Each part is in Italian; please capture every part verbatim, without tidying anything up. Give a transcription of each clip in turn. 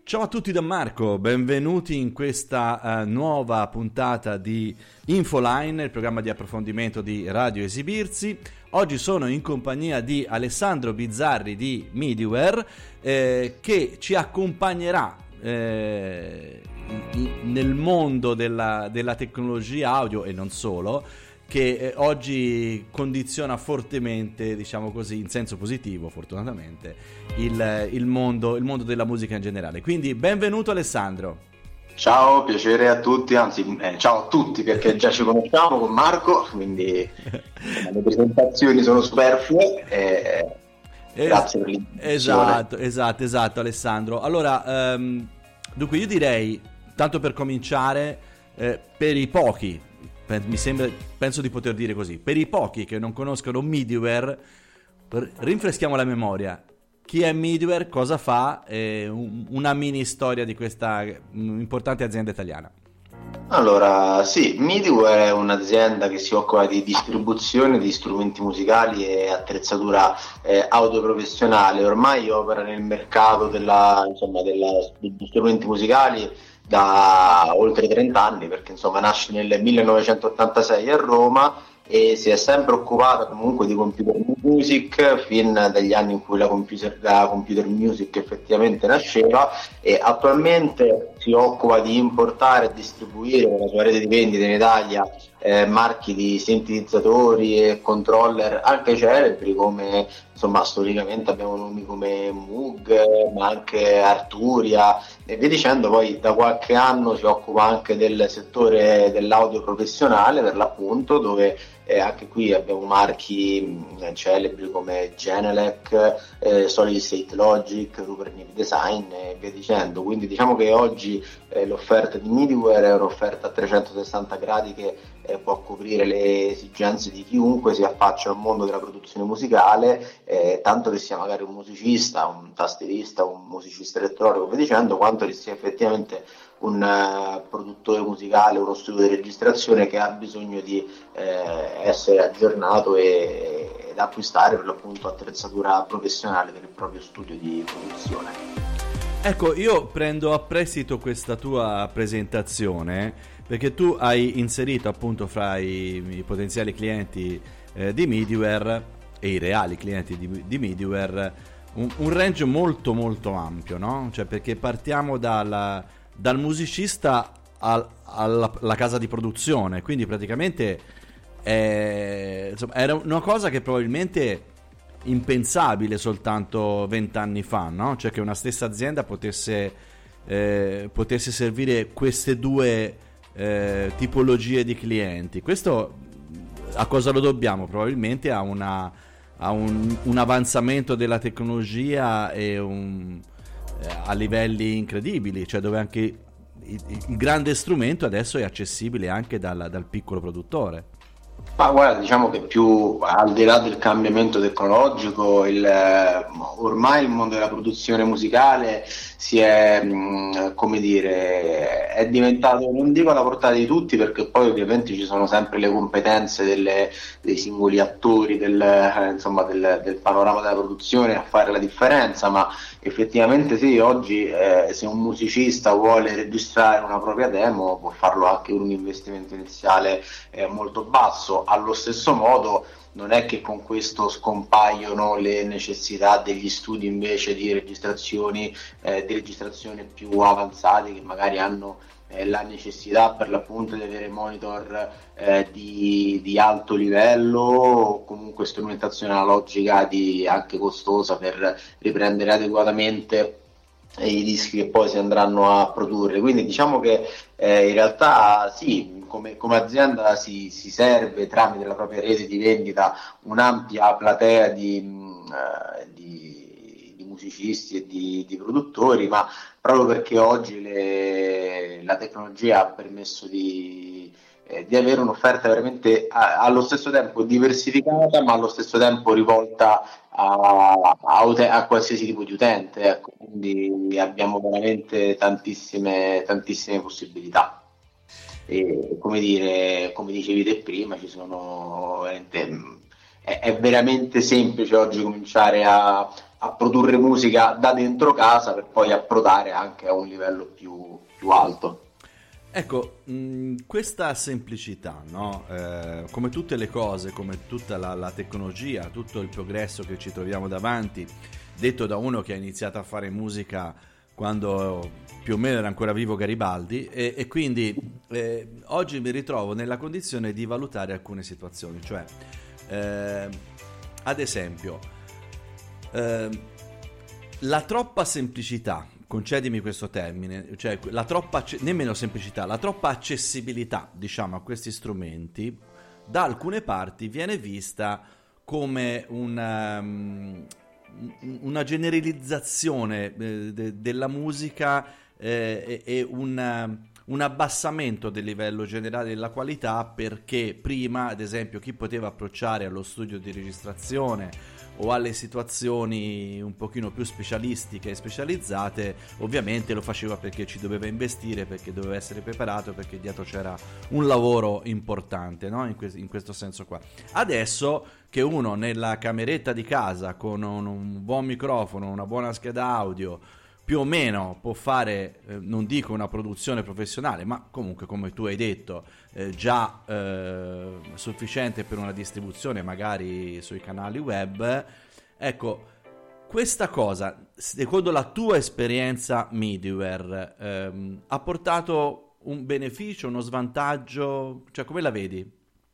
Ciao a tutti da Marco, benvenuti in questa uh, nuova puntata di Infoline, il programma di approfondimento di Radio Esibirsi. Oggi sono in compagnia di Alessandro Bizzarri di Midiware eh, che ci accompagnerà eh, nel mondo della, della tecnologia audio e non solo, che eh, oggi condiziona fortemente, diciamo così, in senso positivo, fortunatamente, il, il, mondo, il mondo della musica in generale. Quindi benvenuto Alessandro. Ciao, piacere a tutti, anzi eh, ciao a tutti perché già ci conosciamo con Marco, quindi eh, le presentazioni sono superflue. Eh, es- grazie per l'introduzione. Esatto, esatto, esatto Alessandro. Allora, um, dunque io direi, tanto per cominciare, eh, per i pochi, mi sembra, penso di poter dire così, per i pochi che non conoscono Midiware, rinfreschiamo la memoria. Chi è Midiware, cosa fa, eh, una mini storia di questa importante azienda italiana. Allora, sì, Midiware è un'azienda che si occupa di distribuzione di strumenti musicali e attrezzatura eh, audio professionale. Ormai opera nel mercato della, insomma, della, degli strumenti musicali da oltre trenta anni, perché insomma nasce nel millenovecentottantasei a Roma e si è sempre occupata comunque di computer music fin dagli anni in cui la computer, la computer music effettivamente nasceva, e attualmente si occupa di importare e distribuire con la sua rete di vendite in Italia eh, marchi di sintetizzatori e controller anche celebri, come insomma storicamente abbiamo nomi come Moog, ma anche Arturia e via dicendo. Poi da qualche anno si occupa anche del settore dell'audio professionale, per l'appunto, dove eh, anche qui abbiamo marchi mh, celebri come Genelec, eh, Solid State Logic, Rupert Neve Design e via dicendo. Quindi diciamo che oggi eh, l'offerta di Midiware è un'offerta a trecentosessanta gradi che eh, può coprire le esigenze di chiunque si affaccia al mondo della produzione musicale, eh, tanto che sia magari un musicista, un tastierista, un musicista elettronico, via dicendo, quanto che sia effettivamente un uh, produttore musicale, uno studio di registrazione che ha bisogno di eh, essere aggiornato e, ed acquistare per l'appunto attrezzatura professionale per il proprio studio di produzione. Ecco, io prendo a prestito questa tua presentazione perché tu hai inserito appunto fra i, i potenziali clienti eh, di Midiware e i reali clienti di, di Midiware un, un range molto molto ampio, no? Cioè, perché partiamo dalla, dal musicista al, alla, alla casa di produzione, quindi praticamente è, insomma, era una cosa che probabilmente impensabile soltanto vent'anni fa, no? Cioè che una stessa azienda potesse, eh, potesse servire queste due eh, tipologie di clienti. Questo a cosa lo dobbiamo? Probabilmente a, una, a un, un avanzamento della tecnologia e un, eh, a livelli incredibili, cioè dove anche il, il grande strumento adesso è accessibile anche dal, dal piccolo produttore. Ma guarda, diciamo che più al di là del cambiamento tecnologico, il, ormai il mondo della produzione musicale si è, mh, come dire, è diventato, non dico alla portata di tutti, perché poi ovviamente ci sono sempre le competenze delle, dei singoli attori del, eh, insomma, del, del panorama della produzione a fare la differenza, ma effettivamente sì, oggi eh, se un musicista vuole registrare una propria demo può farlo anche con un investimento iniziale eh, molto basso. Allo stesso modo non è che con questo scompaiono le necessità degli studi invece di registrazioni eh, di registrazione più avanzati, che magari hanno eh, la necessità per l'appunto di avere monitor eh, di, di alto livello o comunque strumentazione analogica di, anche costosa per riprendere adeguatamente i dischi che poi si andranno a produrre. Quindi diciamo che eh, in realtà sì, come, come azienda si, si serve tramite la propria rete di vendita un'ampia platea di, uh, di, di musicisti e di, di produttori, ma proprio perché oggi le, la tecnologia ha permesso di, eh, di avere un'offerta veramente a, allo stesso tempo diversificata, ma allo stesso tempo rivolta a, a, a qualsiasi tipo di utente, ecco. Quindi abbiamo veramente tantissime, tantissime possibilità. E come dire, come dicevi te prima, ci sono veramente, è, è veramente semplice oggi cominciare a, a produrre musica da dentro casa per poi approdare anche a un livello più, più alto. Ecco, mh, questa semplicità, no? Eh, come tutte le cose, come tutta la, la tecnologia, tutto il progresso che ci troviamo davanti, detto da uno che ha iniziato a fare musica quando più o meno era ancora vivo Garibaldi, e, e quindi eh, oggi mi ritrovo nella condizione di valutare alcune situazioni, cioè eh, ad esempio eh, la troppa semplicità, concedimi questo termine, cioè la troppa, nemmeno semplicità, la troppa accessibilità, diciamo, a questi strumenti, da alcune parti viene vista come una, una generalizzazione eh, de, della musica eh, e, e un, un abbassamento del livello generale della qualità, perché prima, ad esempio, chi poteva approcciare allo studio di registrazione o alle situazioni un pochino più specialistiche e specializzate, ovviamente lo faceva perché ci doveva investire, perché doveva essere preparato, perché dietro c'era un lavoro importante, no? In, que- in questo senso qua. Adesso che uno nella cameretta di casa con un, un buon microfono, una buona scheda audio, più o meno può fare, eh, non dico una produzione professionale, ma comunque, come tu hai detto, eh, già eh, sufficiente per una distribuzione magari sui canali web. Ecco, questa cosa, secondo la tua esperienza midiware, ehm, ha portato un beneficio, uno svantaggio? Cioè, come la vedi?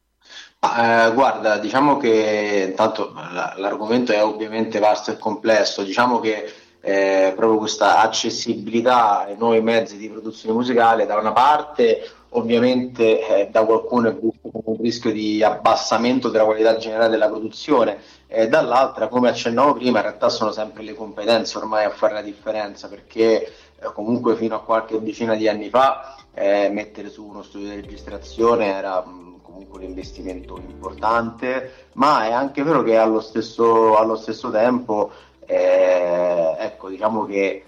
Ma, eh, guarda, diciamo che intanto l- l'argomento è ovviamente vasto e complesso, diciamo che eh, proprio questa accessibilità ai nuovi mezzi di produzione musicale da una parte ovviamente eh, da qualcuno è visto come un rischio di abbassamento della qualità generale della produzione, e dall'altra, come accennavo prima, in realtà sono sempre le competenze ormai a fare la differenza, perché eh, comunque fino a qualche decina di anni fa eh, mettere su uno studio di registrazione era mh, comunque un investimento importante, ma è anche vero che allo stesso, allo stesso tempo eh, ecco, diciamo che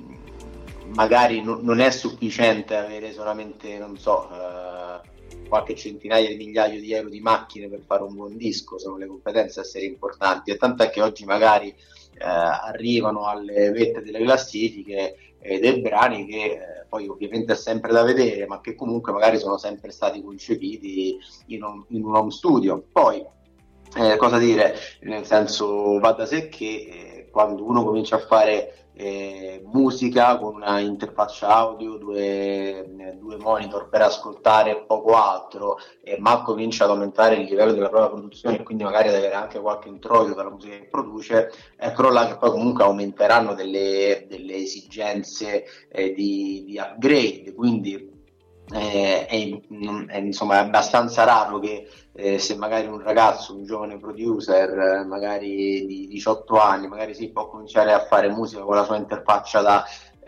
mh, magari no, non è sufficiente avere solamente, non so, eh, qualche centinaia di migliaia di euro di macchine per fare un buon disco, sono le competenze a essere importanti, e tant'è che oggi magari eh, arrivano alle vette delle classifiche eh, dei brani che eh, poi ovviamente è sempre da vedere, ma che comunque magari sono sempre stati concepiti in un, in un home studio. Poi eh, cosa dire, nel senso, va da sé che eh, quando uno comincia a fare eh, musica con una interfaccia audio, due, eh, due monitor per ascoltare poco altro, eh, ma comincia ad aumentare il livello della propria produzione e quindi magari ad avere anche qualche introito dalla musica che produce, eccolo là che poi comunque aumenteranno delle, delle esigenze eh, di, di upgrade, quindi eh, è, è, insomma, è abbastanza raro che eh, se magari un ragazzo, un giovane producer, eh, magari di diciotto anni, magari si può cominciare a fare musica con la sua interfaccia da,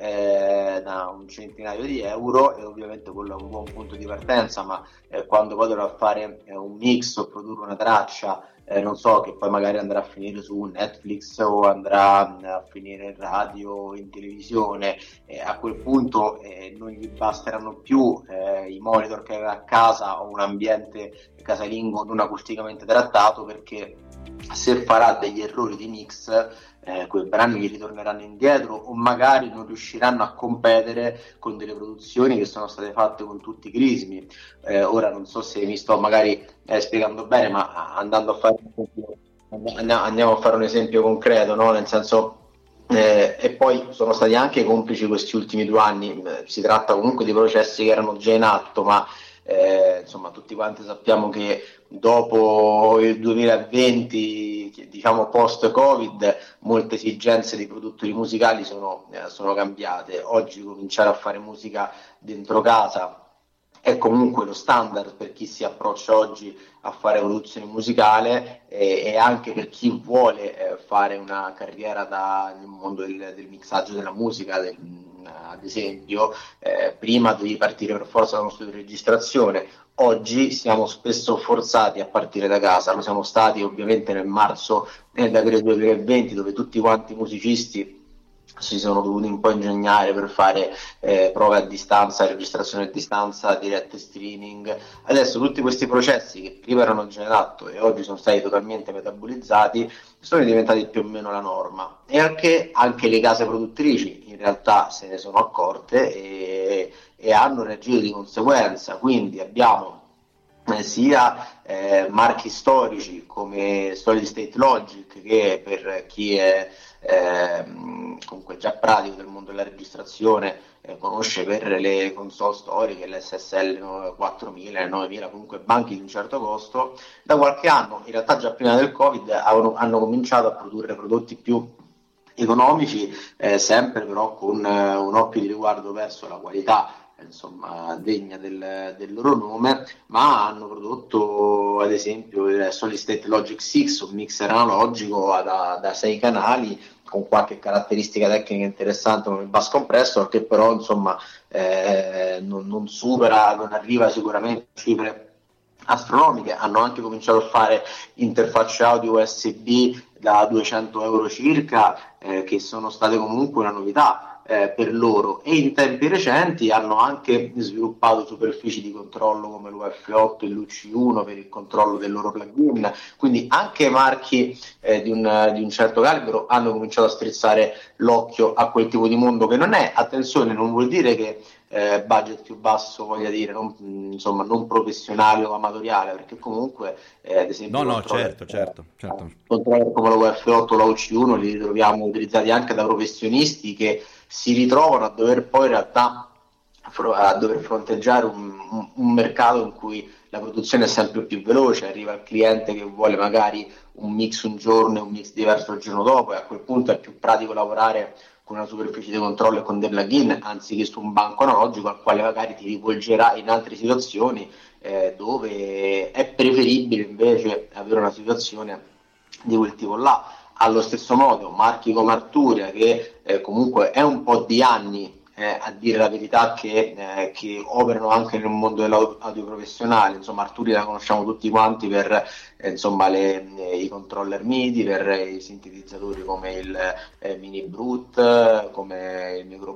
eh, da un centinaio di euro, e ovviamente quello è un buon punto di partenza, ma eh, quando poi dovrà fare eh, un mix o produrre una traccia, eh, non so, che poi magari andrà a finire su Netflix o andrà a finire in radio, in televisione, eh, a quel punto eh, non gli basteranno più eh, i monitor che aveva a casa o un ambiente casalingo non acusticamente trattato, perché se farà degli errori di mix eh, quei brani gli ritorneranno indietro, o magari non riusciranno a competere con delle produzioni che sono state fatte con tutti i crismi. Eh, ora non so se mi sto magari eh, spiegando bene, ma andando a fare andiamo a fare un esempio concreto, no? Nel senso, eh, e poi sono stati anche complici questi ultimi due anni, eh, si tratta comunque di processi che erano già in atto, ma eh, insomma tutti quanti sappiamo che dopo il duemilaventi, diciamo post Covid, molte esigenze dei produttori musicali sono, eh, sono cambiate. Oggi cominciare a fare musica dentro casa è comunque lo standard per chi si approccia oggi a fare produzione musicale, e, e anche per chi vuole eh, fare una carriera da, nel mondo del, del mixaggio della musica, del, ad esempio, eh, prima devi partire per forza da uno studio di registrazione. Oggi siamo spesso forzati a partire da casa, lo siamo stati ovviamente nel marzo, nel aprile duemilaventi, dove tutti quanti i musicisti si sono dovuti un po' ingegnare per fare eh, prove a distanza, registrazione a distanza, dirette streaming. Adesso tutti questi processi che prima erano già in atto e oggi sono stati totalmente metabolizzati sono diventati più o meno la norma, e anche, anche le case produttrici in realtà se ne sono accorte e, e hanno reagito di conseguenza. Quindi abbiamo eh, sia eh, marchi storici come Solid State Logic, che per chi è eh, comunque già pratico del mondo della registrazione eh, conosce per le console storiche, l'S S L quattromila, il novemila, comunque banchi di un certo costo. Da qualche anno, in realtà già prima del Covid, hanno, hanno cominciato a produrre prodotti più economici, eh, sempre però con eh, un occhio di riguardo verso la qualità, insomma degna del, del loro nome, ma hanno prodotto ad esempio il Solid State Logic sei, un mixer analogico da, da sei canali con qualche caratteristica tecnica interessante come il bus compressor, che però insomma eh, non, non supera, non arriva sicuramente a cifre astronomiche. Hanno anche cominciato a fare interfacce audio U S B da duecento euro circa, eh, che sono state comunque una novità Eh, per loro, e in tempi recenti hanno anche sviluppato superfici di controllo come l'U F otto e l'U C uno per il controllo del loro plugin. Quindi anche marchi eh, di, un, di un certo calibro hanno cominciato a strizzare l'occhio a quel tipo di mondo, che non è, attenzione, non vuol dire che eh, budget più basso voglia dire non, insomma non professionale o amatoriale, perché comunque eh, ad esempio no no certo certo certo controller come l'U F otto o l'U C uno li ritroviamo utilizzati anche da professionisti che si ritrovano a dover poi in realtà a dover fronteggiare un, un, un mercato in cui la produzione è sempre più veloce, arriva il cliente che vuole magari un mix un giorno e un mix diverso il giorno dopo, e a quel punto è più pratico lavorare con una superficie di controllo e con dei plugin anziché su un banco analogico al quale magari ti rivolgerà in altre situazioni eh, dove è preferibile invece avere una situazione di quel tipo là. Allo stesso modo marchi come Arturia, che eh, comunque è un po' di anni eh, a dire la verità che, eh, che operano anche nel mondo dell'audio professionale, insomma Arturia la conosciamo tutti quanti per eh, insomma le, eh, i controller MIDI, per i sintetizzatori come il eh, Mini Brute, come il Micro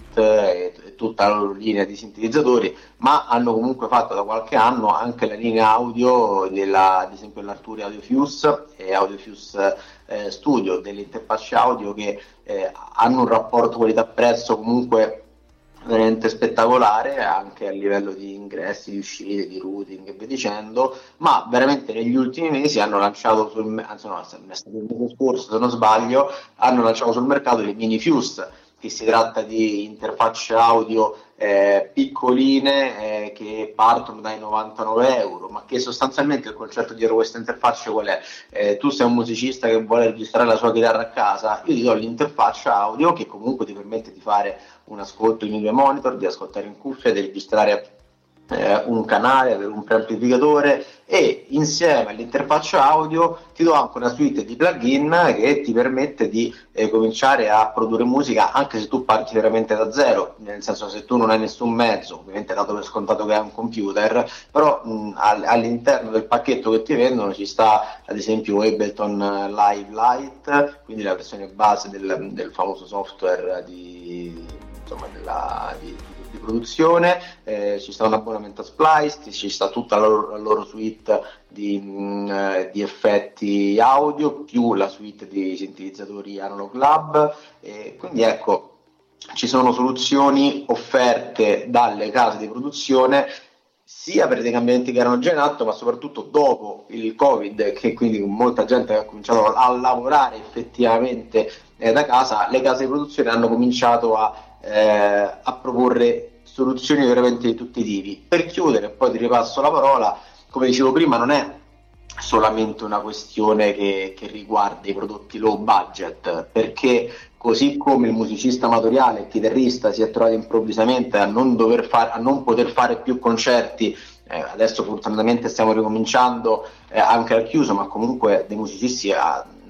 Brute e, e tutta la loro linea di sintetizzatori, ma hanno comunque fatto da qualche anno anche la linea audio della, ad esempio l'Arturia AudioFuse e AudioFuse Eh, studio, delle interfacce audio che eh, hanno un rapporto qualità-prezzo comunque veramente spettacolare, anche a livello di ingressi, di uscite, di routing e via dicendo, ma veramente negli ultimi mesi hanno lanciato sul anzi no, è stato il mese scorso se non sbaglio, hanno lanciato sul mercato le Mini Fuse, che si tratta di interfacce audio eh, piccoline eh, che partono dai novantanove euro, ma che sostanzialmente il concetto dietro queste interfacce qual è? Eh, tu sei un musicista che vuole registrare la sua chitarra a casa, io ti do l'interfaccia audio che comunque ti permette di fare un ascolto in due monitor, di ascoltare in cuffia, di registrare eh, un canale, avere un preamplificatore, e insieme all'interfaccia audio ti do anche una suite di plugin che ti permette di eh, cominciare a produrre musica anche se tu parti veramente da zero, nel senso se tu non hai nessun mezzo, ovviamente dato per scontato che hai un computer, però mh, all'interno del pacchetto che ti vendono ci sta ad esempio Ableton Live Lite, quindi la versione base del, del famoso software di, insomma, della, di, di produzione, eh, ci sta un abbonamento a Splice, ci sta tutta la loro, la loro suite di, mh, di effetti audio più la suite di sintetizzatori Analog Lab, e quindi ecco ci sono soluzioni offerte dalle case di produzione sia per dei cambiamenti che erano già in atto, ma soprattutto dopo il Covid, che quindi molta gente ha cominciato a lavorare effettivamente eh, da casa, le case di produzione hanno cominciato a, eh, a proporre soluzioni veramente di tutti i tipi. Per chiudere, poi ti ripasso la parola, come dicevo prima, non è solamente una questione che, che riguarda i prodotti low budget, perché così come il musicista amatoriale, il chitarrista si è trovato improvvisamente a non, dover far, a non poter fare più concerti, eh, adesso fortunatamente stiamo ricominciando eh, anche al chiuso, ma comunque dei musicisti a,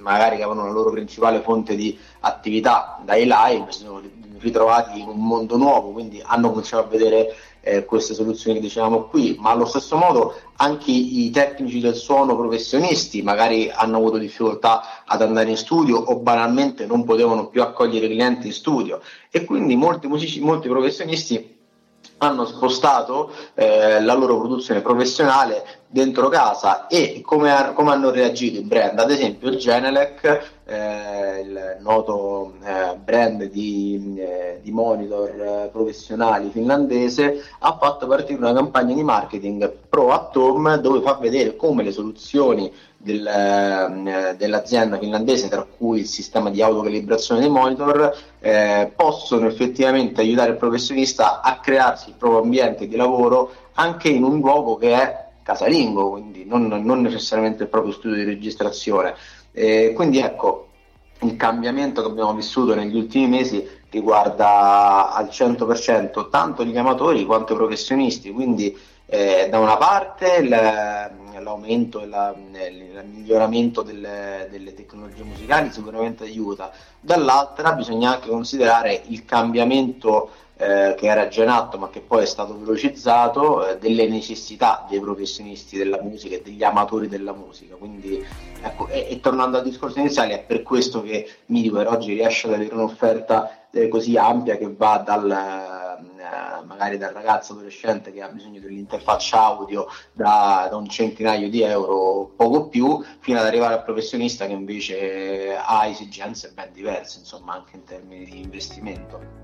magari che avevano la loro principale fonte di attività dai live, si sono ritrovati in un mondo nuovo, quindi hanno cominciato a vedere eh, queste soluzioni che dicevamo qui, ma allo stesso modo anche i tecnici del suono professionisti magari hanno avuto difficoltà ad andare in studio o banalmente non potevano più accogliere clienti in studio, e quindi molti musici, molti professionisti hanno spostato eh, la loro produzione professionale dentro casa. E come, ha, come hanno reagito i brand? Ad esempio il Genelec, eh, il noto eh, brand di, eh, di monitor eh, professionali finlandese, ha fatto partire una campagna di marketing pro at home dove fa vedere come le soluzioni del, eh, dell'azienda finlandese, tra cui il sistema di autocalibrazione dei monitor, eh, possono effettivamente aiutare il professionista a crearsi il proprio ambiente di lavoro anche in un luogo che è casalingo, quindi non, non necessariamente il proprio studio di registrazione. Eh, quindi ecco, il cambiamento che abbiamo vissuto negli ultimi mesi riguarda al cento per cento tanto gli amatori quanto i professionisti, quindi eh, da una parte il, l'aumento e la, il miglioramento delle, delle tecnologie musicali sicuramente aiuta, dall'altra bisogna anche considerare il cambiamento Eh, che era già in atto ma che poi è stato velocizzato, eh, delle necessità dei professionisti della musica e degli amatori della musica. Quindi ecco, e, e tornando al discorso iniziale, è per questo che Midiware oggi riesce ad avere un'offerta eh, così ampia, che va dal eh, magari dal ragazzo adolescente che ha bisogno dell'interfaccia audio da, da un centinaio di euro, poco più, fino ad arrivare al professionista che invece ha esigenze ben diverse, insomma, anche in termini di investimento.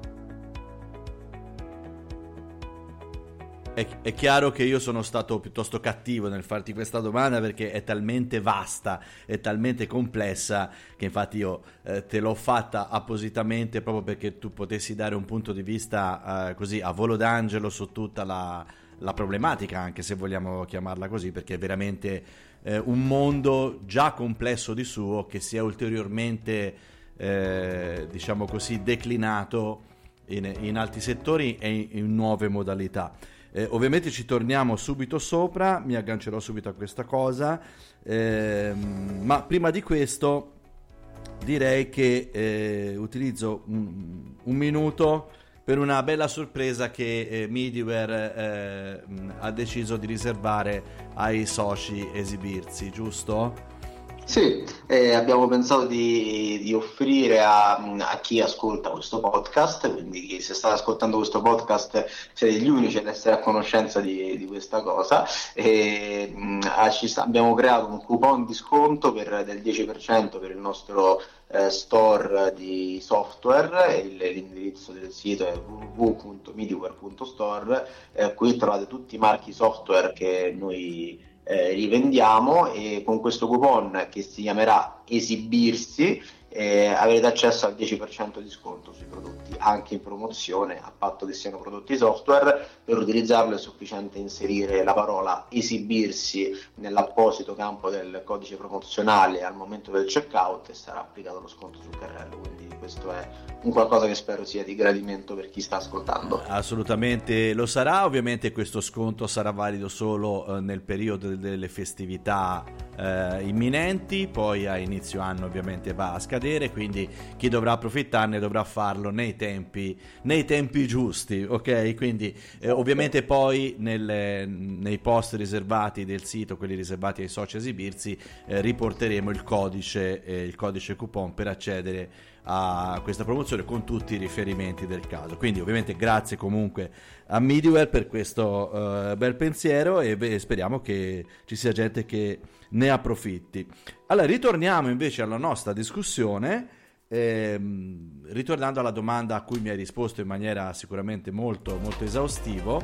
È, è chiaro che io sono stato piuttosto cattivo nel farti questa domanda, perché è talmente vasta, è talmente complessa, che infatti io eh, te l'ho fatta appositamente proprio perché tu potessi dare un punto di vista eh, così a volo d'angelo su tutta la, la problematica, anche se vogliamo chiamarla così, perché è veramente eh, un mondo già complesso di suo, che si è ulteriormente eh, diciamo così declinato in, in altri settori e in, in nuove modalità. Eh, ovviamente ci torniamo subito sopra, mi aggancerò subito a questa cosa, ehm, ma prima di questo direi che eh, utilizzo un, un minuto per una bella sorpresa che eh, Midiware eh, ha deciso di riservare ai soci esibirsi, giusto? Sì, eh, abbiamo pensato di, di offrire a, a chi ascolta questo podcast, quindi chi se sta ascoltando questo podcast siete gli unici ad essere a conoscenza di, di questa cosa, e, mh, ci sta, abbiamo creato un coupon di sconto per, del dieci per cento per il nostro eh, store di software. Il, l'indirizzo del sito è w w w punto midiware punto store, eh, qui trovate tutti i marchi software che noi Eh, rivendiamo, e con questo coupon che si chiamerà Esibirsi eh, avrete accesso al dieci per cento di sconto sui prodotti anche in promozione, a patto che siano prodotti software. Per utilizzarlo è sufficiente inserire la parola esibirsi nell'apposito campo del codice promozionale al momento del checkout e sarà applicato lo sconto sul carrello, quindi questo è un qualcosa che spero sia di gradimento per chi sta ascoltando. Assolutamente lo sarà. Ovviamente questo sconto sarà valido solo eh, nel periodo delle festività eh, imminenti, poi a inizio anno ovviamente va a scadere, quindi chi dovrà approfittarne dovrà farlo nei tempi nei tempi giusti, ok? Quindi eh, ovviamente poi nel, nei post riservati del sito, quelli riservati ai soci esibirsi, eh, riporteremo il codice eh, il codice coupon per accedere a questa promozione con tutti i riferimenti del caso. Quindi ovviamente grazie comunque a Midiware per questo uh, bel pensiero, e beh, speriamo che ci sia gente che ne approfitti. Allora ritorniamo invece alla nostra discussione, ehm, ritornando alla domanda a cui mi hai risposto in maniera sicuramente molto molto esaustivo,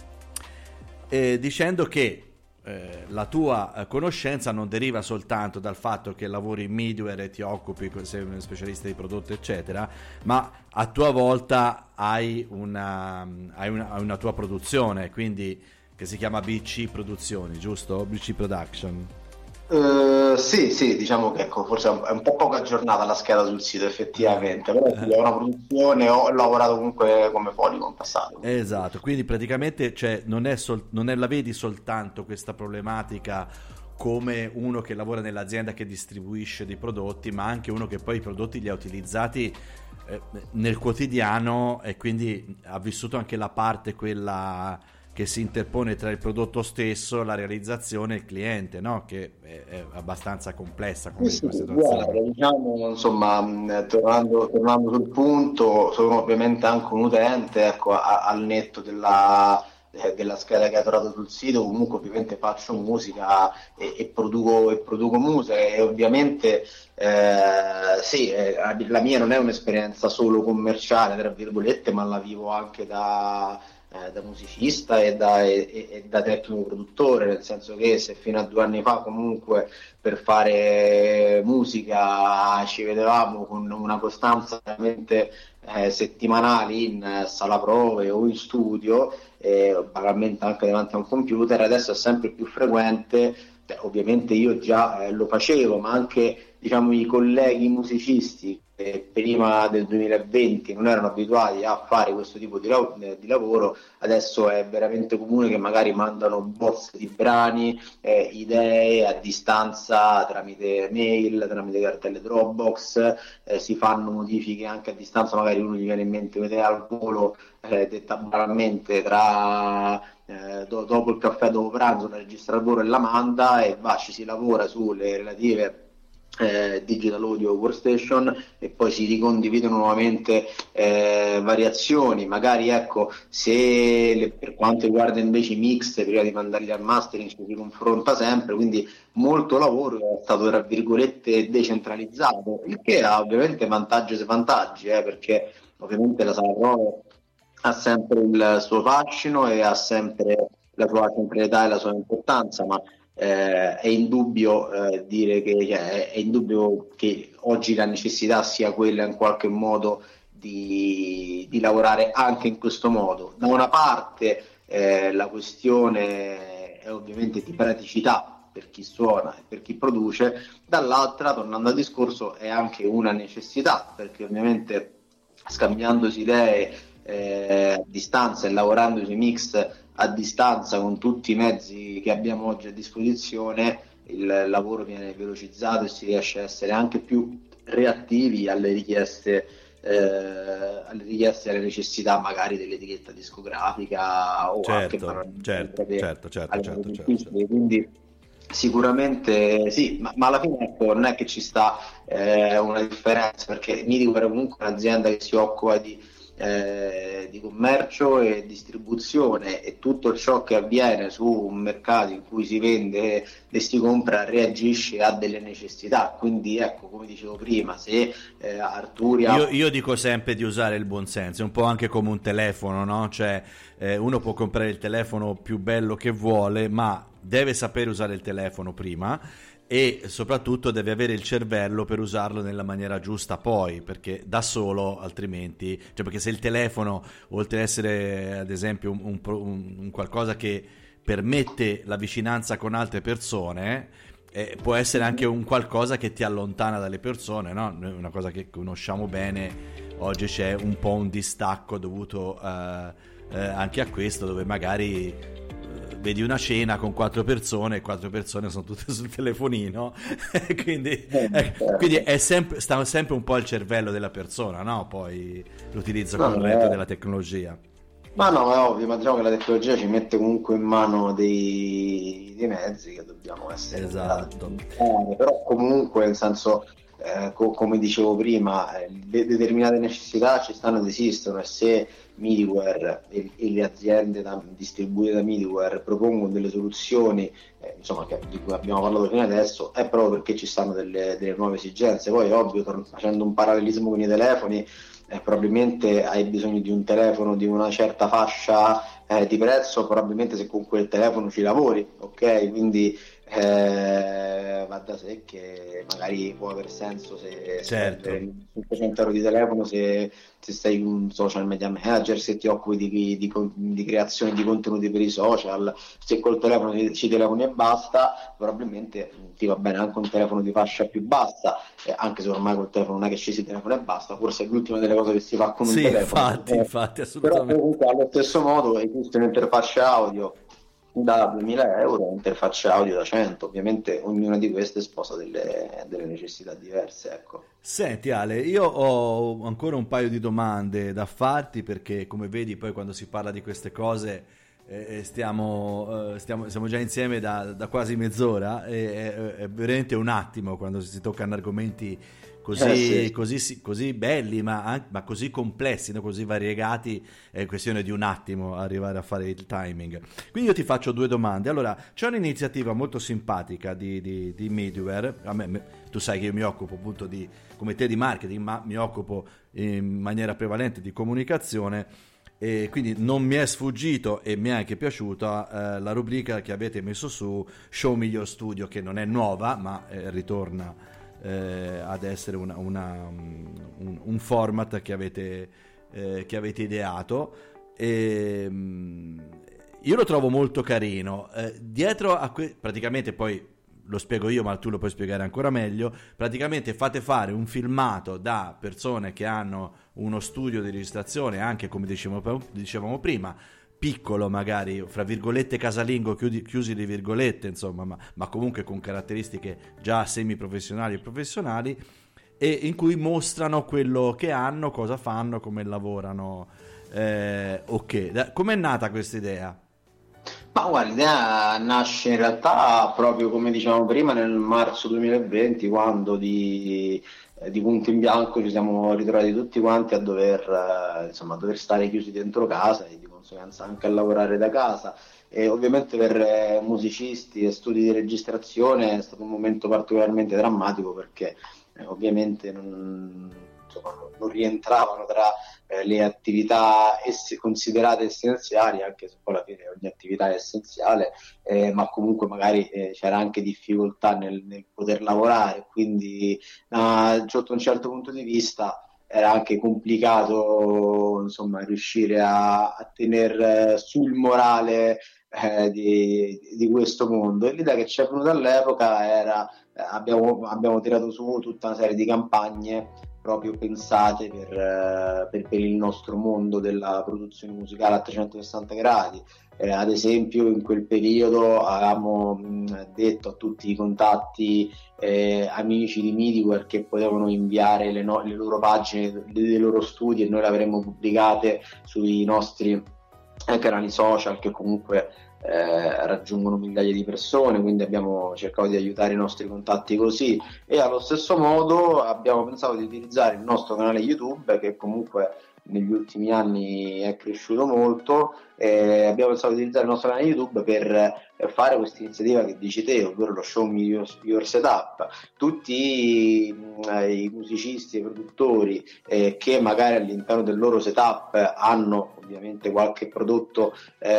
eh, dicendo che Eh, la tua eh, conoscenza non deriva soltanto dal fatto che lavori in Midiware e ti occupi, sei un specialista di prodotto eccetera, ma a tua volta hai una, hai una, hai una tua produzione, quindi che si chiama B C Produzioni, giusto? B C Production. Uh, sì, sì, diciamo che ecco, forse è un po' poco aggiornata la scheda sul sito effettivamente, però sì, è una produzione, ho lavorato comunque come fonico in passato. Esatto, quindi praticamente cioè, non, è sol- non è, la vedi soltanto questa problematica come uno che lavora nell'azienda che distribuisce dei prodotti, ma anche uno che poi i prodotti li ha utilizzati eh, nel quotidiano, e quindi ha vissuto anche la parte quella che si interpone tra il prodotto stesso, la realizzazione e il cliente, no? Che è, è abbastanza complessa come Sì, sì, situazione. guarda, diciamo, insomma, mh, tornando, tornando sul punto, sono ovviamente anche un utente, ecco, a- al netto della, eh, della scheda che hai trovato sul sito, comunque ovviamente faccio musica e, e produco, e produco musica, e ovviamente eh, sì, eh, la mia non è un'esperienza solo commerciale, tra virgolette, ma la vivo anche da eh, da musicista e da, e, e da tecnico produttore, nel senso che se fino a due anni fa comunque per fare musica ci vedevamo con una costanza veramente eh, settimanali in eh, sala prove o in studio, eh, banalmente anche davanti a un computer, adesso è sempre più frequente. Beh, ovviamente io già eh, lo facevo, ma anche diciamo i colleghi musicisti che prima del duemilaventi non erano abituati a fare questo tipo di, lav- di lavoro, adesso è veramente comune che magari mandano bozze di brani, eh, idee a distanza tramite mail, tramite cartelle Dropbox, eh, si fanno modifiche anche a distanza, magari uno gli viene in mente un'idea al volo, eh, detta banalmente tra eh, do- dopo il caffè, dopo pranzo, la registra al volo e la manda, e va, ci si lavora sulle relative eh, digital audio workstation, e poi si ricondividono nuovamente eh, variazioni, magari ecco, se le, per quanto riguarda invece i mix, prima di mandarli al mastering ci si confronta sempre, quindi molto lavoro è stato tra virgolette decentralizzato, il che ha ovviamente vantaggi e svantaggi, eh, perché ovviamente la sala prove ha sempre il suo fascino e ha sempre la sua centralità e la sua importanza, ma eh, è indubbio eh, dire che cioè, è indubbio che oggi la necessità sia quella in qualche modo di, di lavorare anche in questo modo. Da una parte eh, la questione è ovviamente di praticità per chi suona e per chi produce, dall'altra, tornando al discorso, è anche una necessità, perché ovviamente scambiandosi idee eh, a distanza e lavorando sui mix a distanza con tutti i mezzi che abbiamo oggi a disposizione, il lavoro viene velocizzato e si riesce a essere anche più reattivi alle richieste, eh, alle richieste e alle necessità magari dell'etichetta discografica o anche Certo, banalmente certo, alle certo, certo, alle certo, certo, produttrici. certo. Quindi sicuramente sì, ma, ma alla fine ecco, non è che ci sta eh, una differenza, perché Midiware è comunque un'azienda che si occupa di eh, di commercio e distribuzione, e tutto ciò che avviene su un mercato in cui si vende e si compra reagisce a delle necessità. Quindi ecco, come dicevo prima, se eh, Arturia Io, io dico sempre di usare il buonsenso, è un po' anche come un telefono, no? Cioè, eh, uno può comprare il telefono più bello che vuole, ma deve sapere usare il telefono prima, e soprattutto deve avere il cervello per usarlo nella maniera giusta poi, perché da solo altrimenti, cioè, perché se il telefono, oltre ad essere ad esempio un, un, un, un qualcosa che permette la vicinanza con altre persone, eh, può essere anche un qualcosa che ti allontana dalle persone, no? Una cosa che conosciamo bene, oggi c'è un po' un distacco dovuto eh, eh, anche a questo, dove magari vedi una cena con quattro persone e quattro persone sono tutte sul telefonino quindi, eh, quindi è sempre, sta sempre un po' al cervello della persona, no? Poi l'utilizzo no, corretto eh. della tecnologia. Ma no, è ovvio, ma diciamo che la tecnologia ci mette comunque in mano dei, dei mezzi che dobbiamo essere Esatto. eh, però comunque, nel senso, eh, co- come dicevo prima, eh, le determinate necessità ci stanno ed esistono, e se Midiware e, e le aziende da, distribuite da Midiware propongono delle soluzioni eh, insomma, che, di cui abbiamo parlato fino adesso, è proprio perché ci stanno delle, delle nuove esigenze. Poi è ovvio, tor- facendo un parallelismo con i telefoni, eh, probabilmente hai bisogno di un telefono di una certa fascia eh, di prezzo, probabilmente se con quel telefono ci lavori, ok? Quindi eh, va da sé che magari può aver senso se Certo. spendere cinquecento euro di telefono se, se sei un social media manager, se ti occupi di, di, di creazione di contenuti per i social, se col telefono ci, ci telefoni e basta, probabilmente ti va bene anche un telefono di fascia più bassa, eh, anche se ormai col telefono non è che ci si telefona e basta, forse è l'ultima delle cose che si fa con un Sì, telefono. infatti, eh, infatti, però assolutamente. comunque allo stesso modo esiste un'interfaccia audio da duemila euro, interfacce audio da cento, ovviamente ognuna di queste sposa delle, delle necessità diverse, ecco. Senti Ale, io ho ancora un paio di domande da farti perché come vedi poi quando si parla di queste cose eh, eh, stiamo, eh, stiamo, siamo già insieme da, da quasi mezz'ora e è, è veramente un attimo quando si toccano argomenti Eh così, sì. così, sì, così belli ma, an- ma così complessi, no? Così variegati, è questione di un attimo arrivare a fare il timing. Quindi io ti faccio due domande. Allora, c'è un'iniziativa molto simpatica di, di, di Midware. A me, me- tu sai che io mi occupo appunto di, come te, di marketing, ma mi occupo in maniera prevalente di comunicazione. E quindi non mi è sfuggito e mi è anche piaciuta eh, la rubrica che avete messo su Show Me Your Studio, che non è nuova, ma eh, ritorna eh, ad essere una- una, un, un format che avete, eh, che avete ideato. E, mm, io lo trovo molto carino. Eh, dietro a que- praticamente poi lo spiego io, ma tu lo puoi spiegare ancora meglio. Praticamente fate fare un filmato da persone che hanno uno studio di registrazione, anche come dicevamo, dicevamo prima, piccolo magari, fra virgolette casalingo, chiudi, chiusi le virgolette, insomma, ma, ma comunque con caratteristiche già semi-professionali e professionali, e in cui mostrano quello che hanno, cosa fanno, come lavorano. Eh, ok, da- com'è nata questa idea? Ma guarda, l'idea nasce in realtà proprio come dicevamo prima nel marzo duemilaventi, quando di, eh, di punto in bianco ci siamo ritrovati tutti quanti a dover, eh, insomma, a dover stare chiusi dentro casa e di conseguenza anche a lavorare da casa. E ovviamente per eh, musicisti e studi di registrazione è stato un momento particolarmente drammatico perché eh, ovviamente non, insomma, non rientravano tra eh, le attività ess- considerate essenziali, anche se poi alla fine ogni attività è essenziale, eh, ma comunque magari eh, c'era anche difficoltà nel, nel poter lavorare, quindi uh, sotto un certo punto di vista era anche complicato insomma, riuscire a, a tenere sul morale eh, di, di questo mondo. E l'idea che ci è venuta all'epoca era, eh, abbiamo, abbiamo tirato su tutta una serie di campagne proprio pensate per, eh, per, per il nostro mondo della produzione musicale a trecentosessanta gradi. Eh, ad esempio in quel periodo avevamo mh, detto a tutti i contatti eh, amici di Midiware che potevano inviare le, no- le loro pagine dei loro studi e noi le avremmo pubblicate sui nostri eh, canali social che comunque eh, raggiungono migliaia di persone, quindi abbiamo cercato di aiutare i nostri contatti così. E allo stesso modo abbiamo pensato di utilizzare il nostro canale YouTube, che comunque negli ultimi anni è cresciuto molto, e abbiamo pensato di utilizzare il nostro canale YouTube per fare questa iniziativa che dici te, ovvero lo Show Me Your, Your Setup. Tutti mh, i musicisti e i produttori eh, che magari all'interno del loro setup hanno ovviamente qualche prodotto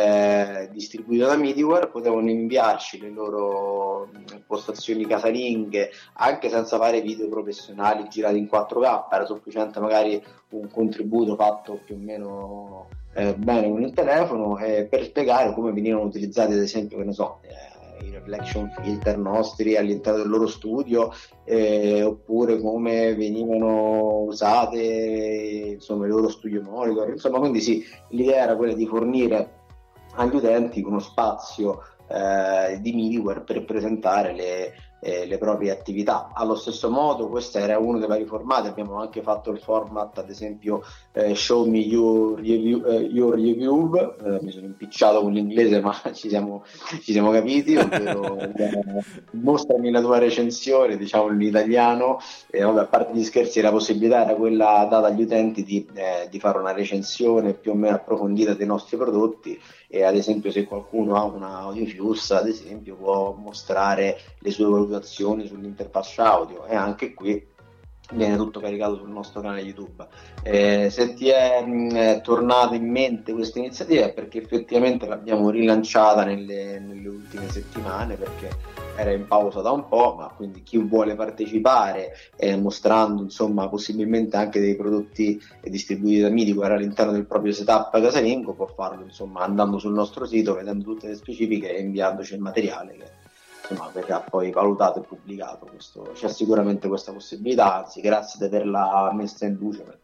eh, distribuito da Midiware, potevano inviarci le loro postazioni casalinghe anche senza fare video professionali girati in quattro K, era sufficiente magari un contributo fatto più o meno eh, bene con il telefono eh, per spiegare come venivano utilizzati ad esempio, che ne so, eh, i reflection filter nostri all'interno del loro studio eh, oppure come venivano usate insomma i loro studio monitor, insomma, quindi sì, l'idea era quella di fornire agli utenti uno spazio eh, di Midiware per presentare le, eh, le proprie attività. Allo stesso modo, questo era uno dei vari formati, abbiamo anche fatto il format, ad esempio, eh, Show Me Your Review, eh, your review. Eh, mi sono impicciato con l'inglese, ma ci siamo, ci siamo capiti, ovvero eh, mostrami la tua recensione, diciamo in italiano. E, vabbè, a parte gli scherzi, la possibilità era quella data agli utenti di, eh, di fare una recensione più o meno approfondita dei nostri prodotti. E ad esempio se qualcuno ha una Audiofuse ad esempio può mostrare le sue valutazioni sull'interfaccia audio e anche qui viene tutto caricato sul nostro canale YouTube. Eh, se ti è mh, tornata in mente questa iniziativa è perché effettivamente l'abbiamo rilanciata nelle, nelle ultime settimane, perché era in pausa da un po', ma quindi chi vuole partecipare eh, mostrando insomma possibilmente anche dei prodotti distribuiti da Midiware all'interno del proprio setup casalingo può farlo insomma andando sul nostro sito, vedendo tutte le specifiche e inviandoci il materiale che insomma verrà poi valutato e pubblicato. Questo, c'è sicuramente questa possibilità, anzi grazie di averla messa in luce perché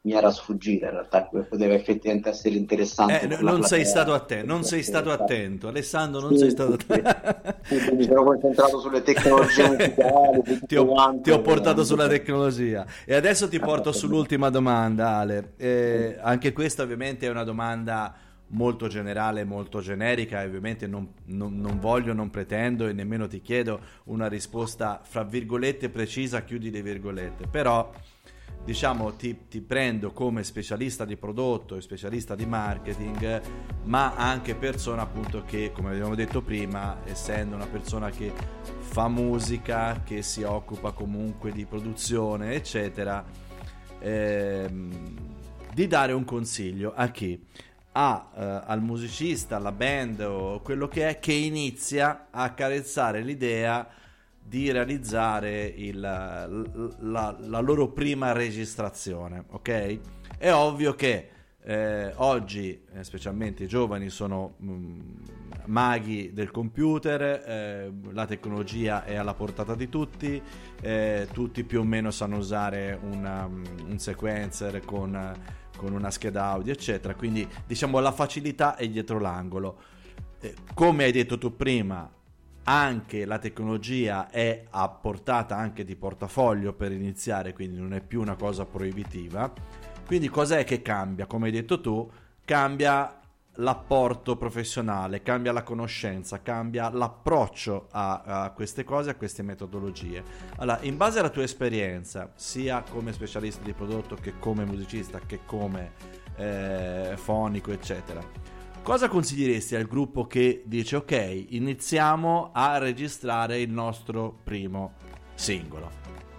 mi era sfuggita in realtà, che poteva effettivamente essere interessante Eh, per n- la non sei platea. stato attento, non sei stato attento, Alessandro, non sei Sì, stato sì, sì. attento. Sì, sì, mi sono concentrato sulle tecnologie musicali, su Ti tutto ho, ti ho quanto. portato sulla tecnologia e adesso ti porto Eh, sull'ultima domanda, Ale. Eh, anche questa ovviamente è una domanda molto generale, molto generica e ovviamente non, non- non voglio, non pretendo e nemmeno ti chiedo una risposta fra virgolette precisa, chiudi le virgolette, però diciamo ti, ti prendo come specialista di prodotto e specialista di marketing, ma anche persona appunto che, come abbiamo detto prima, essendo una persona che fa musica, che si occupa comunque di produzione, eccetera, ehm, di dare un consiglio a chi? A, eh, al musicista, alla band o quello che è, che inizia a carezzare l'idea di realizzare il, la, la loro prima registrazione, ok? È ovvio che eh, oggi, eh, specialmente i giovani, sono mh, maghi del computer, eh, la tecnologia è alla portata di tutti, eh, tutti più o meno sanno usare una, un sequencer con, con una scheda audio, eccetera. Quindi diciamo la facilità è dietro l'angolo. Eh, come hai detto tu prima, anche la tecnologia è a portata anche di portafoglio per iniziare, quindi non è più una cosa proibitiva. Quindi cos'è che cambia? Come hai detto tu, cambia l'apporto professionale, cambia la conoscenza, cambia l'approccio a, a queste cose, a queste metodologie. Allora, in base alla tua esperienza, sia come specialista di prodotto che come musicista, che come eh, fonico, eccetera, cosa consiglieresti al gruppo che dice ok, iniziamo a registrare il nostro primo singolo?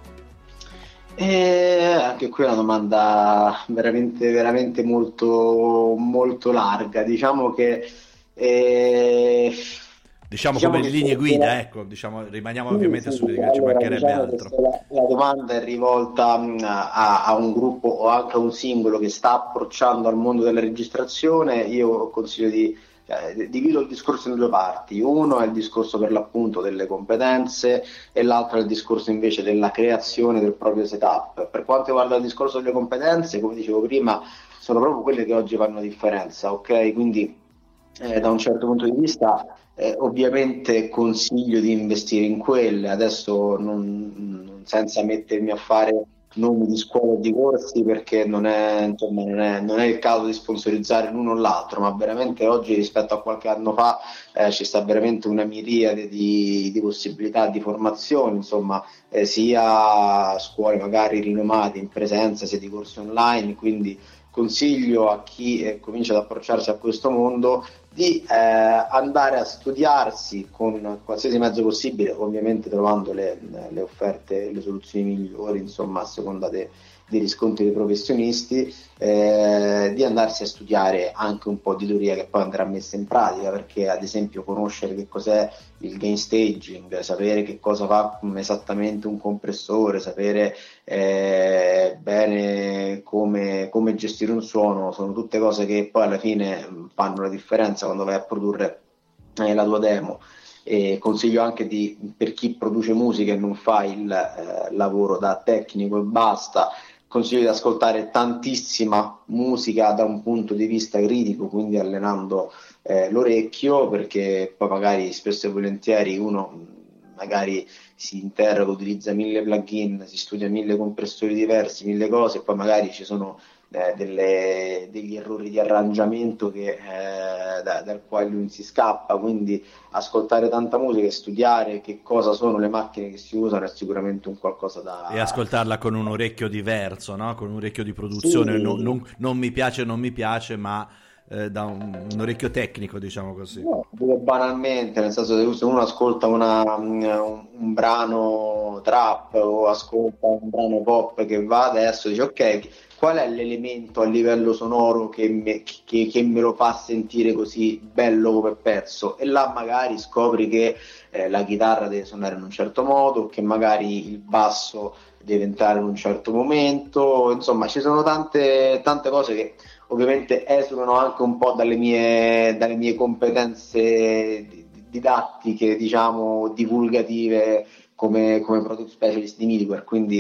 E anche qui è una domanda veramente, veramente molto, molto larga. Diciamo che, eh, Diciamo diciamo come che linee se, se la- guida, ecco, diciamo, rimaniamo sì, ovviamente sì, sulle righe, ci allora mancherebbe diciamo che altro. se la, la domanda è rivolta mh, a, a un gruppo o anche a un singolo che sta approcciando al mondo della registrazione, io consiglio di cioè, divido il discorso in due parti. Uno è il discorso per l'appunto delle competenze e l'altro è il discorso invece della creazione del proprio setup. Per quanto riguarda il discorso delle competenze, come dicevo prima, sono proprio quelle che oggi fanno differenza, ok? Quindi eh, da un certo punto di vista eh, ovviamente consiglio di investire in quelle, adesso non, non- senza mettermi a fare nomi di scuole o di corsi perché non è, insomma, non è, non è il caso di sponsorizzare l'uno o l'altro, ma veramente oggi rispetto a qualche anno fa eh, ci sta veramente una miriade di, di possibilità di formazione, insomma, eh, sia scuole magari rinomate in presenza, sia di corsi online, quindi consiglio a chi eh, comincia ad approcciarsi a questo mondo di eh, andare a studiarsi con qualsiasi mezzo possibile, ovviamente trovando le, le offerte, le soluzioni migliori, insomma, a seconda de- dei riscontri dei professionisti, eh, di andarsi a studiare anche un po' di teoria che poi andrà messa in pratica, perché ad esempio conoscere che cos'è il gain staging, sapere che cosa fa esattamente un compressore, sapere eh, bene come, come gestire un suono, sono tutte cose che poi alla fine mh, fanno la differenza quando vai a produrre eh, la tua demo. E consiglio anche di, per chi produce musica e non fa il eh, lavoro da tecnico e basta, consiglio di ascoltare tantissima musica da un punto di vista critico, quindi allenando eh, l'orecchio, perché poi magari spesso e volentieri uno mh, magari si interroga, utilizza mille plugin, si studia mille compressori diversi, mille cose, e poi magari ci sono eh, delle- degli errori di arrangiamento che, eh, da- dal quale lui si scappa, quindi ascoltare tanta musica e studiare che cosa sono le macchine che si usano è sicuramente un qualcosa E da... ascoltarla con un orecchio diverso, no? Con un orecchio di produzione, no- Sì, non, non mi piace, non mi piace, ma eh, da un, un orecchio tecnico, diciamo così. no, dico banalmente, nel senso che se uno ascolta una- un, un brano trap o ascolta un brano pop che va adesso, dice ok, qual è l'elemento a livello sonoro che me, che- che me lo fa sentire così bello come pezzo? E là magari scopri che eh, la chitarra deve suonare in un certo modo, che magari il basso deve entrare in un certo momento, insomma ci sono tante, tante cose che ovviamente esulano anche un po' dalle mie, dalle mie competenze didattiche, diciamo, divulgative come, come product specialist di middleware, quindi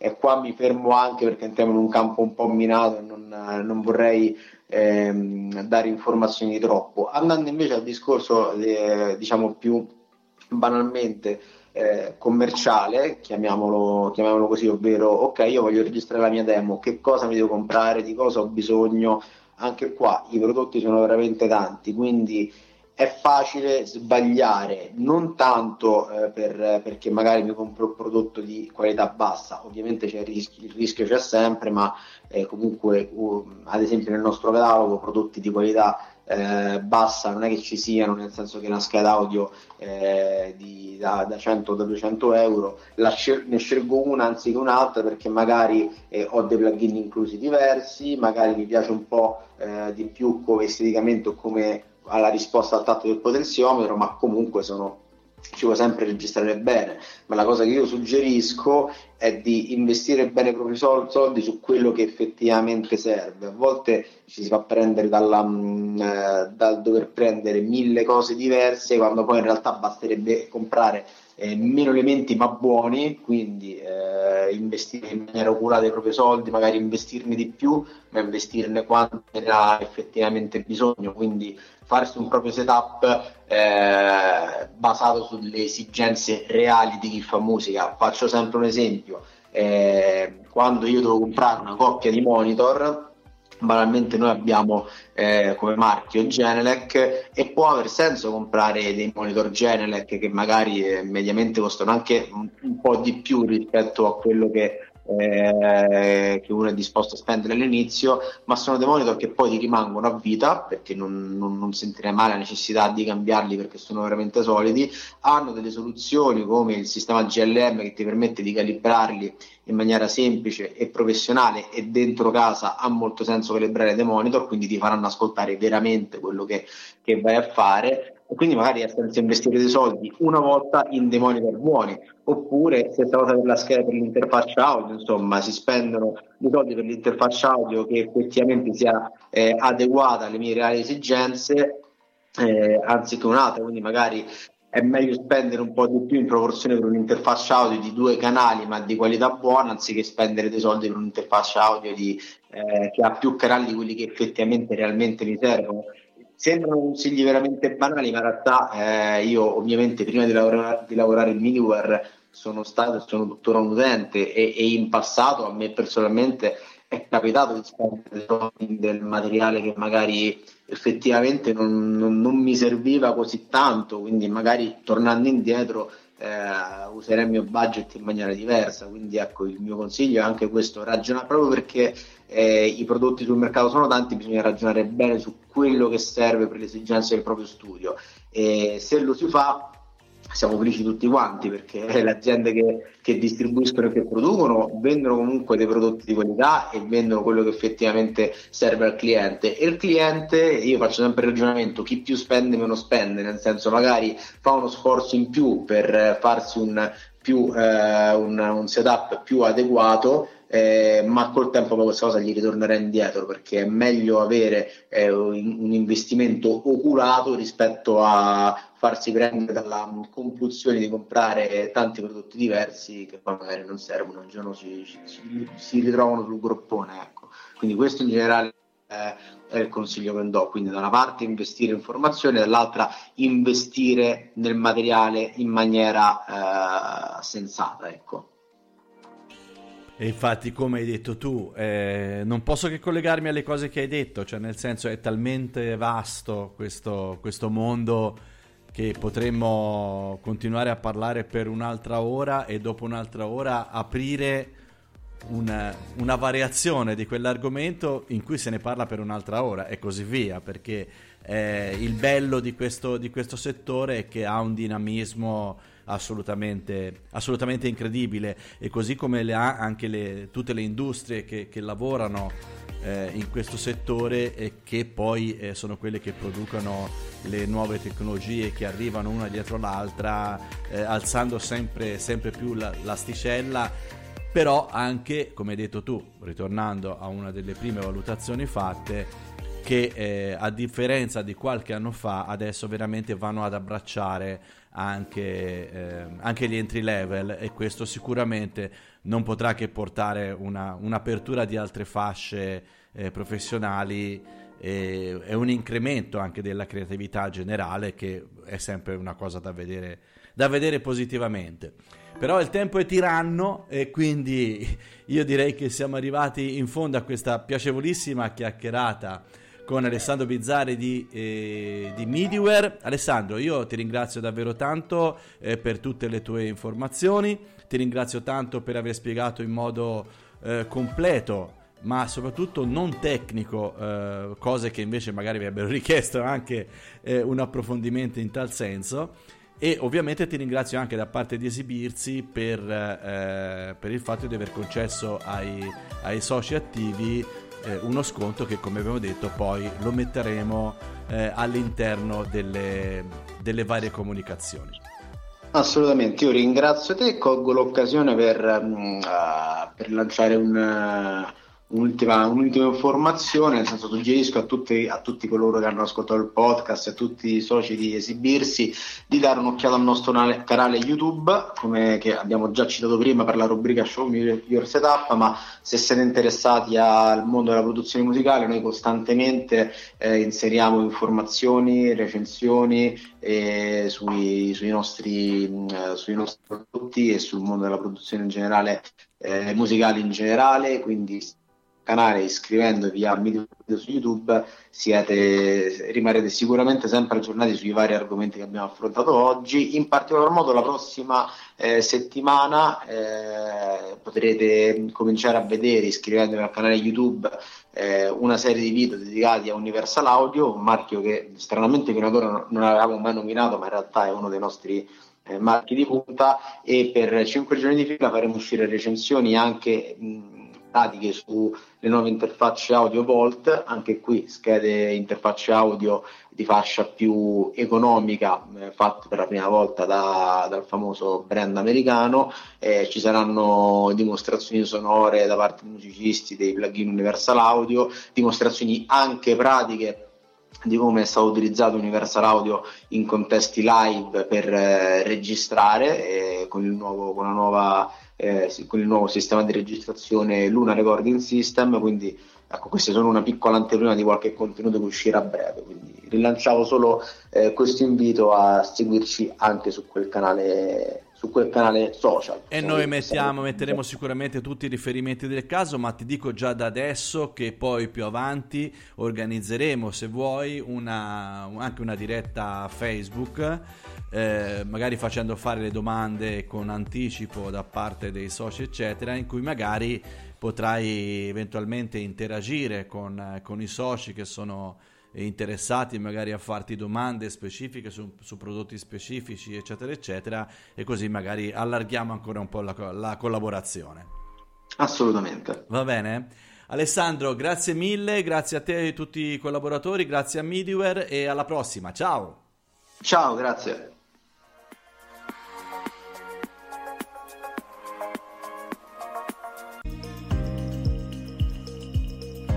e qua mi fermo anche perché entriamo in un campo un po' minato e non, non vorrei ehm, dare informazioni di troppo. Andando invece al discorso eh, diciamo più banalmente eh, commerciale, chiamiamolo, chiamiamolo così, ovvero ok, io voglio registrare la mia demo, che cosa mi devo comprare, di cosa ho bisogno. Anche qua i prodotti sono veramente tanti, quindi è facile sbagliare, non tanto eh, per, perché magari mi compro un prodotto di qualità bassa, ovviamente c'è il rischio, il rischio c'è sempre, ma eh, comunque uh, ad esempio nel nostro catalogo prodotti di qualità eh, bassa non è che ci siano, nel senso che una scheda audio eh, di, da, da cento o da duecento euro la scel- ne scelgo una anziché un'altra perché magari eh, ho dei plugin inclusi diversi, magari mi piace un po' eh, di più come esteticamente o come alla risposta al tatto del potenziometro, ma comunque sono, ci può sempre registrare bene. Ma la cosa che io suggerisco è di investire bene i propri soldi su quello che effettivamente serve. A volte ci si fa prendere dalla, mh, eh, dal dover prendere mille cose diverse, quando poi in realtà basterebbe comprare eh, meno elementi ma buoni, quindi eh, investire in maniera oculata i propri soldi, magari investirne di più, ma investirne quanto ne ha effettivamente bisogno, quindi farsi un proprio setup eh, basato sulle esigenze reali di chi fa musica. Faccio sempre un esempio, eh, quando io devo comprare una coppia di monitor, banalmente noi abbiamo eh, come marchio Genelec e può aver senso comprare dei monitor Genelec che magari eh, mediamente costano anche un, un po' di più rispetto a quello che Eh, che uno è disposto a spendere all'inizio, ma sono dei monitor che poi ti rimangono a vita perché non, non, non sentirei mai la necessità di cambiarli perché sono veramente solidi. Hanno delle soluzioni come il sistema G L M che ti permette di calibrarli in maniera semplice e professionale, e dentro casa ha molto senso calibrare dei monitor, quindi ti faranno ascoltare veramente quello che, che vai a fare, e quindi magari ha senso investire dei soldi una volta in dei monitor buoni. Oppure stessa cosa per la scheda, per l'interfaccia audio, insomma si spendono dei soldi per l'interfaccia audio che effettivamente sia eh, adeguata alle mie reali esigenze eh, anziché un'altra, quindi magari è meglio spendere un po' di più in proporzione per un'interfaccia audio di due canali ma di qualità buona, anziché spendere dei soldi per un'interfaccia audio di, eh, che ha più canali di quelli che effettivamente realmente mi servono. Sembrano consigli veramente banali, ma in realtà eh, io ovviamente prima di lavorare, di lavorare in Midiware sono stato e sono tuttora un utente, e, e in passato a me personalmente è capitato di spendere soldi del materiale che magari effettivamente non, non, non mi serviva così tanto, quindi magari tornando indietro eh, userei il mio budget in maniera diversa. Quindi ecco, il mio consiglio è anche questo: ragionare, proprio perché eh, i prodotti sul mercato sono tanti, bisogna ragionare bene su quello che serve per le esigenze del proprio studio, e se lo si fa siamo felici tutti quanti, perché le aziende che, che distribuiscono e che producono vendono comunque dei prodotti di qualità e vendono quello che effettivamente serve al cliente. E il cliente, io faccio sempre il ragionamento: chi più spende meno spende, nel senso magari fa uno sforzo in più per farsi un, più, eh, un, un setup più adeguato, Eh, ma col tempo questa cosa gli ritornerà indietro, perché è meglio avere eh, un investimento oculato rispetto a farsi prendere dalla compulsione di comprare tanti prodotti diversi che poi magari non servono, un giorno si, si, si ritrovano sul groppone, ecco. Quindi questo in generale eh, è il consiglio che do. Quindi da una parte investire in formazione, dall'altra investire nel materiale in maniera eh, sensata, ecco. E infatti, come hai detto tu, eh, non posso che collegarmi alle cose che hai detto, cioè nel senso è talmente vasto questo, questo mondo che potremmo continuare a parlare per un'altra ora, e dopo un'altra ora aprire una, una variazione di quell'argomento in cui se ne parla per un'altra ora e così via, perché eh, il bello di questo, di questo settore è che ha un dinamismo assolutamente, assolutamente incredibile, e così come le ha anche le, tutte le industrie che, che lavorano eh, in questo settore, e che poi eh, sono quelle che producono le nuove tecnologie che arrivano una dietro l'altra, eh, alzando sempre, sempre più la, l'asticella. Però anche, come hai detto tu, ritornando a una delle prime valutazioni fatte, che eh, a differenza di qualche anno fa adesso veramente vanno ad abbracciare anche, eh, anche gli entry level, e questo sicuramente non potrà che portare una, un'apertura di altre fasce eh, professionali e, e un incremento anche della creatività generale, che è sempre una cosa da vedere, da vedere positivamente. Però il tempo è tiranno e quindi io direi che siamo arrivati in fondo a questa piacevolissima chiacchierata con Alessandro Bizzarri di, eh, di Midiware. Alessandro, io ti ringrazio davvero tanto eh, per tutte le tue informazioni, ti ringrazio tanto per aver spiegato in modo eh, completo, ma soprattutto non tecnico, eh, cose che invece magari vi avrebbero richiesto anche eh, un approfondimento in tal senso. E ovviamente ti ringrazio anche da parte di Esibirsi per, eh, per il fatto di aver concesso ai, ai soci attivi eh, uno sconto che, come abbiamo detto, poi lo metteremo eh, all'interno delle, delle varie comunicazioni. Assolutamente, io ringrazio te e colgo l'occasione per, um, uh, per lanciare un... Uh... Un'ultima, un'ultima informazione, nel senso, suggerisco a tutti, a tutti coloro che hanno ascoltato il podcast, a tutti i soci di Esibirsi, di dare un'occhiata al nostro canale YouTube, come che abbiamo già citato prima per la rubrica Show Me Your Setup, ma se siete interessati al mondo della produzione musicale, noi costantemente eh, inseriamo informazioni, recensioni eh, sui, sui, nostri, eh, sui nostri prodotti e sul mondo della produzione in generale, eh, musicale in generale, quindi canale, iscrivendovi a Midiware su YouTube siete, rimarrete sicuramente sempre aggiornati sui vari argomenti che abbiamo affrontato oggi. In particolar modo la prossima eh, settimana eh, potrete cominciare a vedere, iscrivendovi al canale YouTube, eh, una serie di video dedicati a Universal Audio, un marchio che stranamente fino ad ora non avevamo mai nominato, ma in realtà è uno dei nostri eh, marchi di punta, e per cinque giorni di fila faremo uscire recensioni anche mh, pratiche sulle nuove interfacce audio Volt, anche qui schede interfacce audio di fascia più economica, eh, fatte per la prima volta da, dal famoso brand americano. Eh, ci saranno dimostrazioni sonore da parte dei musicisti dei plugin Universal Audio, dimostrazioni anche pratiche di come è stato utilizzato Universal Audio in contesti live per eh, registrare eh, con il nuovo, con la nuova Eh, con il nuovo sistema di registrazione Luna Recording System. Quindi ecco, queste sono una piccola anteprima di qualche contenuto che uscirà a breve, quindi rilanciavo solo eh, questo invito a seguirci anche su quel canale, su quel canale social. E noi mettiamo, metteremo sicuramente tutti i riferimenti del caso, ma ti dico già da adesso che poi più avanti organizzeremo, se vuoi, una, anche una diretta Facebook, eh, magari facendo fare le domande con anticipo da parte dei soci eccetera, in cui magari potrai eventualmente interagire con, con i soci che sono interessati magari a farti domande specifiche su, su prodotti specifici eccetera eccetera, e così magari allarghiamo ancora un po' la, la collaborazione. Assolutamente. Va bene? Alessandro, grazie mille, grazie a te e a tutti i collaboratori, grazie a Midiware e alla prossima, ciao! Ciao, grazie.